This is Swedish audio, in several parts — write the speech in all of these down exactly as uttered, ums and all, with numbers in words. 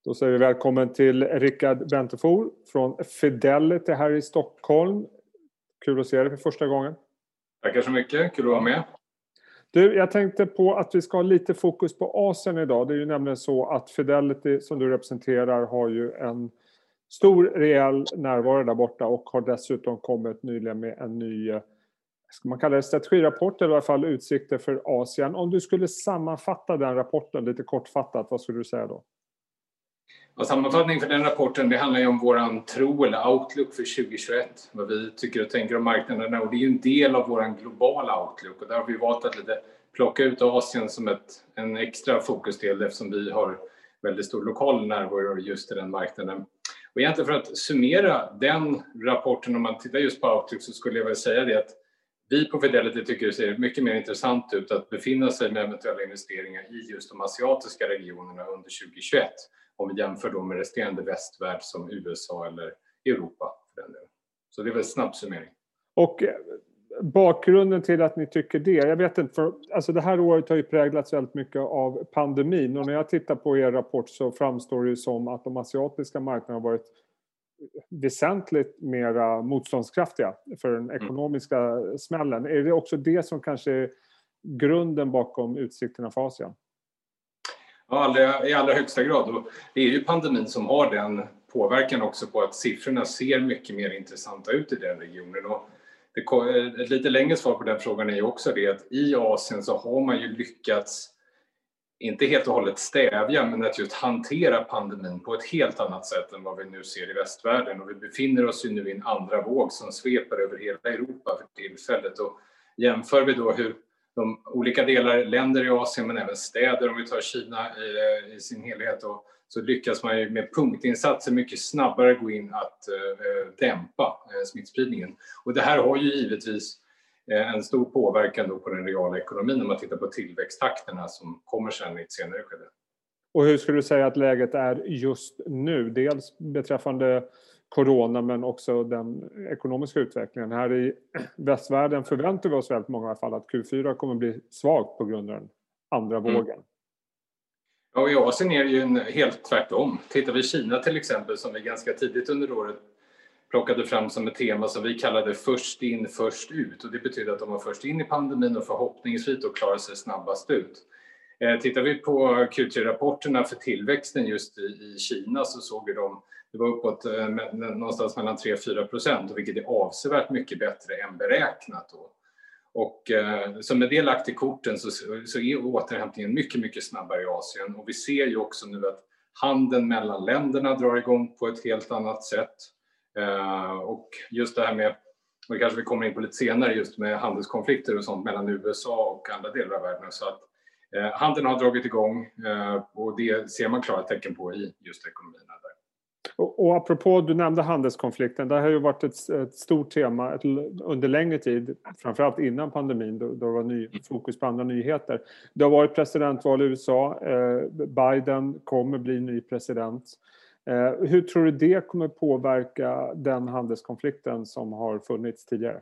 Då säger vi välkommen till Rickard Bentefor från Fidelity här i Stockholm. Kul att se dig för första gången. Tackar så mycket, kul att vara med. Du, jag tänkte på att vi ska ha lite fokus på Asien idag. Det är ju nämligen så att Fidelity som du representerar har ju en stor rejäl närvaro där borta och har dessutom kommit nyligen med en ny, ska man kalla det strategirapport eller i alla fall utsikter för Asien. Om du skulle sammanfatta den rapporten lite kortfattat, vad skulle du säga då? Ja, sammanfattning för den rapporten, det handlar ju om våran tro eller outlook för tjugohundratjugoett. Vad vi tycker och tänker om marknaderna, och det är ju en del av våran globala outlook. Och där har vi valt att lite plocka ut Asien som ett, en extra fokusdel eftersom vi har väldigt stor lokal närvaro just i den marknaden. Och egentligen för att summera den rapporten, om man tittar just på outlook, så skulle jag väl säga det att vi på Fidelity tycker det ser mycket mer intressant ut att befinna sig med eventuella investeringar i just de asiatiska regionerna under tjugohundratjugoett. Om vi jämför då med resterande västvärld som U S A eller Europa. För den delen. Så det är väl en snabb summering. Och bakgrunden till att ni tycker det, jag vet inte, för alltså det här året har ju präglats väldigt mycket av pandemin. Och när jag tittar på er rapport så framstår det som att de asiatiska marknaderna har varit väsentligt mer motståndskraftiga för den ekonomiska mm. smällen. Är det också det som kanske är grunden bakom utsikterna för Asien? Ja, i allra högsta grad. Och det är ju pandemin som har den påverkan också på att siffrorna ser mycket mer intressanta ut i den regionen. Och det, ett lite längre svar på den frågan är ju också det att i Asien så har man ju lyckats, inte helt och hållet stävja, men att just hantera pandemin på ett helt annat sätt än vad vi nu ser i västvärlden. Och vi befinner oss ju nu i en andra våg som sveper över hela Europa för tillfället. Och jämför vi då hur de olika delar, länder i Asien men även städer, om vi tar Kina i, i sin helhet, och så lyckas man ju med punktinsatser mycket snabbare gå in att uh, dämpa uh, smittspridningen. Och det här har ju givetvis uh, en stor påverkan då på den reala ekonomin när man tittar på tillväxttakterna som kommer sen i ett senare skede. Och hur skulle du säga att läget är just nu? Dels beträffande corona men också den ekonomiska utvecklingen. Här i västvärlden förväntar vi oss väldigt många i alla fall att Q fyra kommer bli svagt på grund av den andra mm. vågen. Ja, i Asien är det ju en, helt tvärtom. Tittar vi i Kina till exempel, som vi ganska tidigt under året plockade fram som ett tema som vi kallade först in, först ut. Och det betyder att de var först in i pandemin och förhoppningsvis då klarar sig snabbast ut. Eh, tittar vi på Q tre-rapporterna för tillväxten just i, i Kina så såg vi dem, det var uppåt eh, med, någonstans mellan tre till fyra procent, vilket är avsevärt mycket bättre än beräknat då. Och eh, så med det lagt i korten så, så är återhämtningen mycket, mycket snabbare i Asien. Och vi ser ju också nu att handeln mellan länderna drar igång på ett helt annat sätt. Eh, och just det här med, och det kanske vi kommer in på lite senare, just med handelskonflikter och sånt mellan U S A och andra delar av världen. Så att eh, handeln har dragit igång eh, och det ser man klara tecken på i just ekonomin där. Och, och apropå, du nämnde handelskonflikten, det har ju varit ett, ett stort tema ett, under längre tid, framförallt innan pandemin då, då det var ny, fokus på andra nyheter. Det har varit presidentval i U S A, eh, Biden kommer bli ny president. Eh, hur tror du det kommer påverka den handelskonflikten som har funnits tidigare?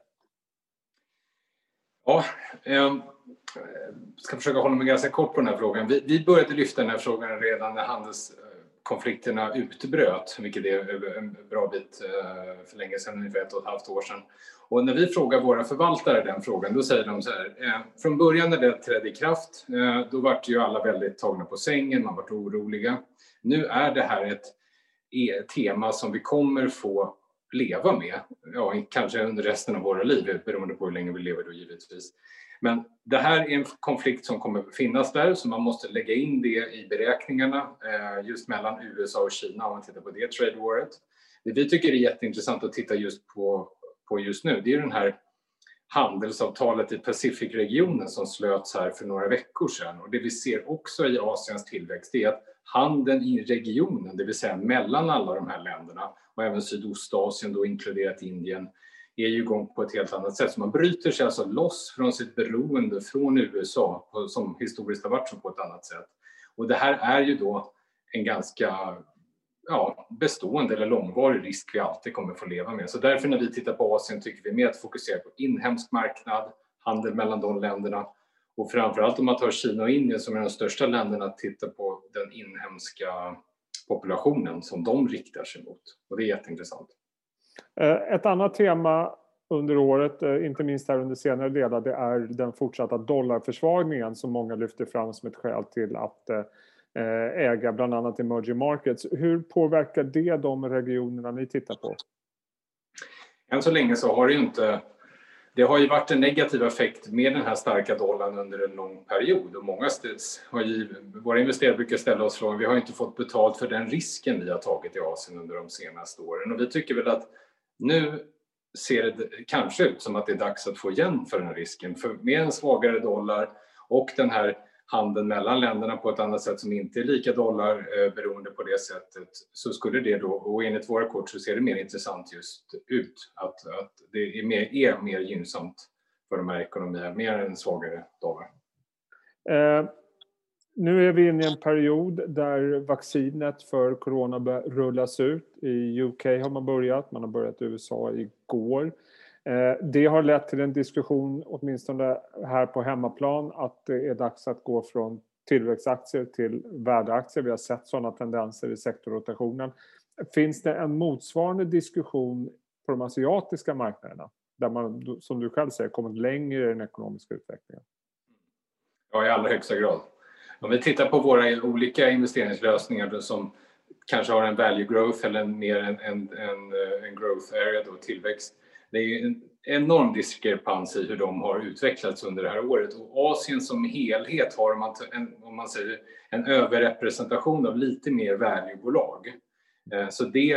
Ja, jag ska försöka hålla mig ganska kort på den här frågan. Vi, vi började lyfta den här frågan redan när handels konflikterna utbröt, vilket är en bra bit för länge sedan, ungefär ett och ett halvt år sedan. Och när vi frågar våra förvaltare den frågan, då säger de så här, eh, från början när det trädde i kraft, eh, då var ju alla väldigt tagna på sängen, man var oroliga. Nu är det här ett e- tema som vi kommer få leva med, ja, kanske under resten av våra liv, beroende på hur länge vi lever då givetvis. Men det här är en konflikt som kommer finnas där, så man måste lägga in det i beräkningarna just mellan U S A och Kina om man tittar på det trade waret. Det vi tycker är jätteintressant att titta just på, på just nu, det är den här handelsavtalet i Pacificregionen som slöts här för några veckor sedan. Och det vi ser också i Asiens tillväxt är att handeln i regionen, det vill säga mellan alla de här länderna och även Sydostasien då inkluderat Indien, är ju igång på ett helt annat sätt. Så man bryter sig alltså loss från sitt beroende från U S A som historiskt har varit så på ett annat sätt. Och det här är ju då en ganska ja, bestående eller långvarig risk vi alltid kommer få leva med. Så därför när vi tittar på Asien tycker vi mer att fokusera på inhemsk marknad, handel mellan de länderna. Och framförallt om man tar Kina och Indien som är de största länderna att titta på den inhemska tillväxtpopulationen som de riktar sig mot. Och det är jätteintressant. Ett annat tema under året, inte minst här under senare delar, det är den fortsatta dollarförsvagningen som många lyfter fram som ett skäl till att äga bland annat emerging markets. Hur påverkar det de regionerna ni tittar på? Än så länge så har det ju inte, det har ju varit en negativ effekt med den här starka dollarn under en lång period. Och många har ju, våra investerare brukar ställa oss frågan, vi har inte fått betalt för den risken vi har tagit i Asien under de senaste åren. Och vi tycker väl att nu ser det kanske ut som att det är dags att få igen för den här risken. För med en svagare dollar och den här handeln mellan länderna på ett annat sätt som inte är lika dollar eh, beroende på det sättet, så skulle det då, och enligt våra kort så ser det mer intressant just ut att, att det är mer, är mer gynnsamt för de här ekonomierna, mer än en svagare dollar. Eh, nu är vi inne i en period där vaccinet för corona börjar rullas ut. I U K har man börjat, man har börjat i U S A igår. Det har lett till en diskussion, åtminstone här på hemmaplan, att det är dags att gå från tillväxtaktier till värdeaktier. Vi har sett sådana tendenser i sektorrotationen. Finns det en motsvarande diskussion på de asiatiska marknaderna där man, som du själv säger, kommit längre i den ekonomiska utvecklingen? Ja, i allra högsta grad. Om vi tittar på våra olika investeringslösningar som kanske har en value growth eller mer en, en, en, en growth area, då, tillväxt. Det är en enorm diskrepans i hur de har utvecklats under det här året. Och Asien som helhet har man en, om man säger, en överrepresentation av lite mer valuebolag. Så det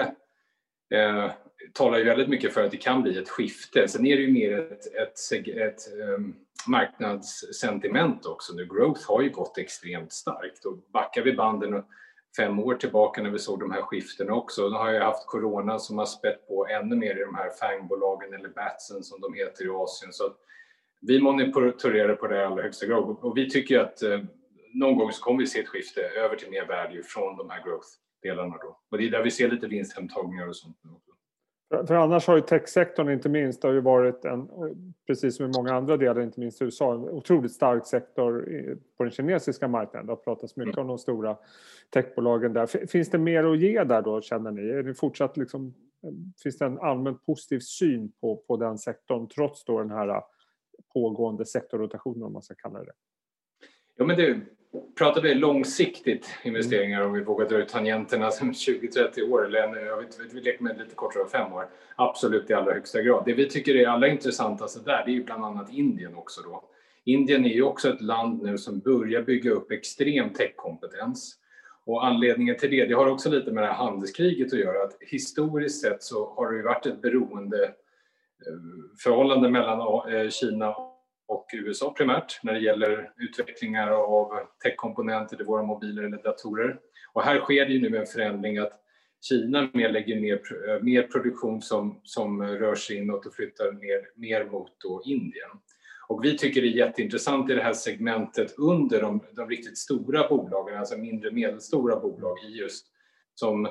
eh, talar ju väldigt mycket för att det kan bli ett skifte. Sen är det ju mer ett, ett, ett, ett um, marknadssentiment också. Nu growth har ju gått extremt starkt. Och backar vi banden och fem år tillbaka när vi såg de här skiftena också. Då har jag haft corona som har spett på ännu mer i de här fangbolagen eller batsen som de heter i Asien. Så att vi monitorerar på det i allra högsta grad. Och vi tycker att eh, någon gång så kommer vi se ett skifte över till mer value från de här growth-delarna då. Och det är där vi ser lite vinsthemtagningar och sånt också. För annars har ju techsektorn inte minst, det har ju varit en, precis som i många andra delar, inte minst i U S A, en otroligt stark sektor på den kinesiska marknaden. Det har pratats mycket mm. om de stora techbolagen där. Finns det mer att ge där då, känner ni? Är det fortsatt liksom, finns det en allmänt positiv syn på, på den sektorn trots då den här pågående sektorrotationen, om man ska kalla det? Ja, men det pratar vi långsiktigt investeringar mm. om vi vågar dra ut tangenterna som tjugo till trettio år eller jag vet, vi leker med lite kortare fem år. Absolut i allra högsta grad. Det vi tycker är allra intressantast där, det är ju bland annat Indien också då. Indien är ju också ett land nu som börjar bygga upp extrem techkompetens. Och anledningen till det, det har också lite med det här handelskriget att göra. Att historiskt sett så har det ju varit ett beroende förhållande mellan Kina och U S A primärt när det gäller utvecklingar av techkomponenter i våra mobiler eller datorer. Och här sker det ju nu en förändring att Kina mer lägger mer, mer produktion som, som rör sig inåt och flyttar ner, mer mot då Indien. Och vi tycker det är jätteintressant i det här segmentet under de, de riktigt stora bolagen, alltså mindre medelstora bolag i just som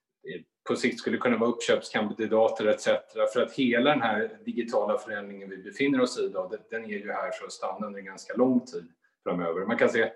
på sikt skulle kunna vara uppköpskandidater et cetera. För att hela den här digitala förändringen vi befinner oss i idag, den är ju här för att stanna under en ganska lång tid framöver. Man kan se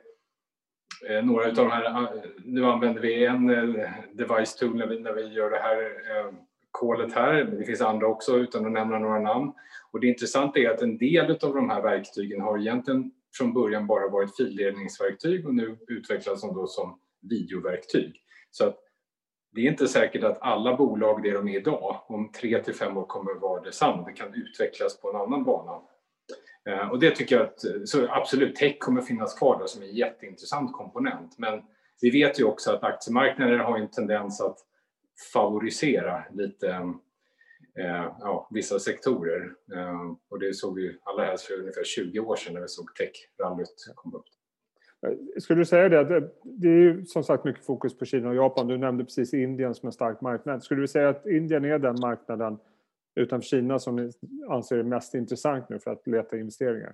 eh, några av de här, nu använder vi en eh, device tool när vi, när vi gör det här eh, callet här, men det finns andra också utan att nämna några namn. Och det intressanta är att en del av de här verktygen har egentligen från början bara varit filledningsverktyg och nu utvecklas de då som videoverktyg. Så att det är inte säkert att alla bolag det de är idag om tre till fem år kommer att vara detsamma. Det kan utvecklas på en annan bana. Eh, och det tycker jag att, så absolut, tech kommer finnas kvar då som en jätteintressant komponent. Men vi vet ju också att aktiemarknaden har en tendens att favorisera lite eh, ja, vissa sektorer. Eh, och det såg vi allra helst för ungefär tjugo år sedan när vi såg tech-rallyt komma upp. Skulle du säga det? Det, det är ju som sagt mycket fokus på Kina och Japan. Du nämnde precis Indien som en stark marknad. Skulle du säga att Indien är den marknaden utanför Kina som ni anser är mest intressant nu för att leta investeringar?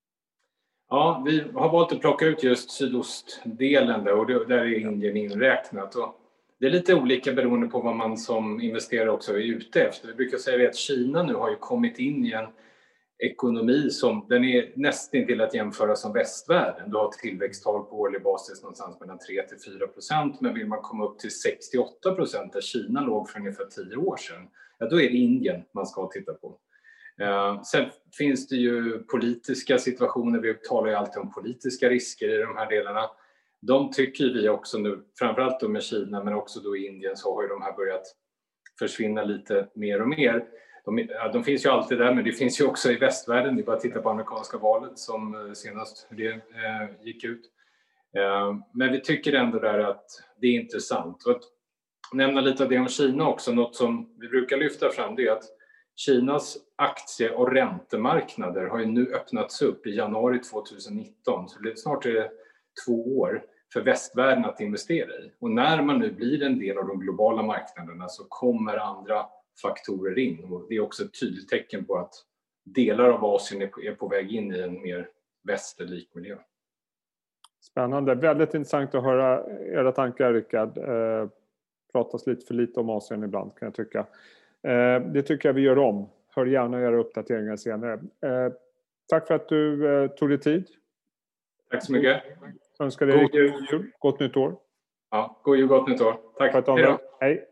Ja, vi har valt att plocka ut just sydostdelen där, och där är Indien inräknat. Och det är lite olika beroende på vad man som investerare också är ute efter. Vi brukar säga att Kina nu har ju kommit in i en ekonomi som den är nästan till att jämföra som västvärlden. Du har tillväxttal på årlig basis någonstans mellan tre till fyra procent, men vill man komma upp till sex till åtta procent där Kina låg för ungefär tio år sedan, ja, då är det Indien man ska titta på. Uh, sen finns det ju politiska situationer, vi talar ju alltid om politiska risker i de här delarna. De tycker vi också nu, framförallt då med Kina men också då i Indien, så har ju de här börjat försvinna lite mer och mer. De, ja, de finns ju alltid där, men det finns ju också i västvärlden. Det är bara att titta på amerikanska valet som senast det eh, gick ut. Eh, men vi tycker ändå där att det är intressant. Och att nämna lite av det om Kina också, något som vi brukar lyfta fram, det är att Kinas aktie- och räntemarknader har ju nu öppnats upp i januari tjugonitton. Så det är snart är det två år för västvärlden att investera i. Och när man nu blir en del av de globala marknaderna så kommer andra faktorer in. Och det är också ett tydligt tecken på att delar av Asien är på väg in i en mer västerlik miljö. Spännande. Väldigt intressant att höra era tankar, Rickard. Eh, pratas lite för lite om Asien ibland, kan jag tycka. Eh, det tycker jag vi gör om. Hör gärna era uppdateringar senare. Eh, tack för att du eh, tog dig tid. Tack så mycket. Jag önskar dig god jul. Gott nytt år. Ja, god jul, gott nytt år. Tack. Hej då. Hej.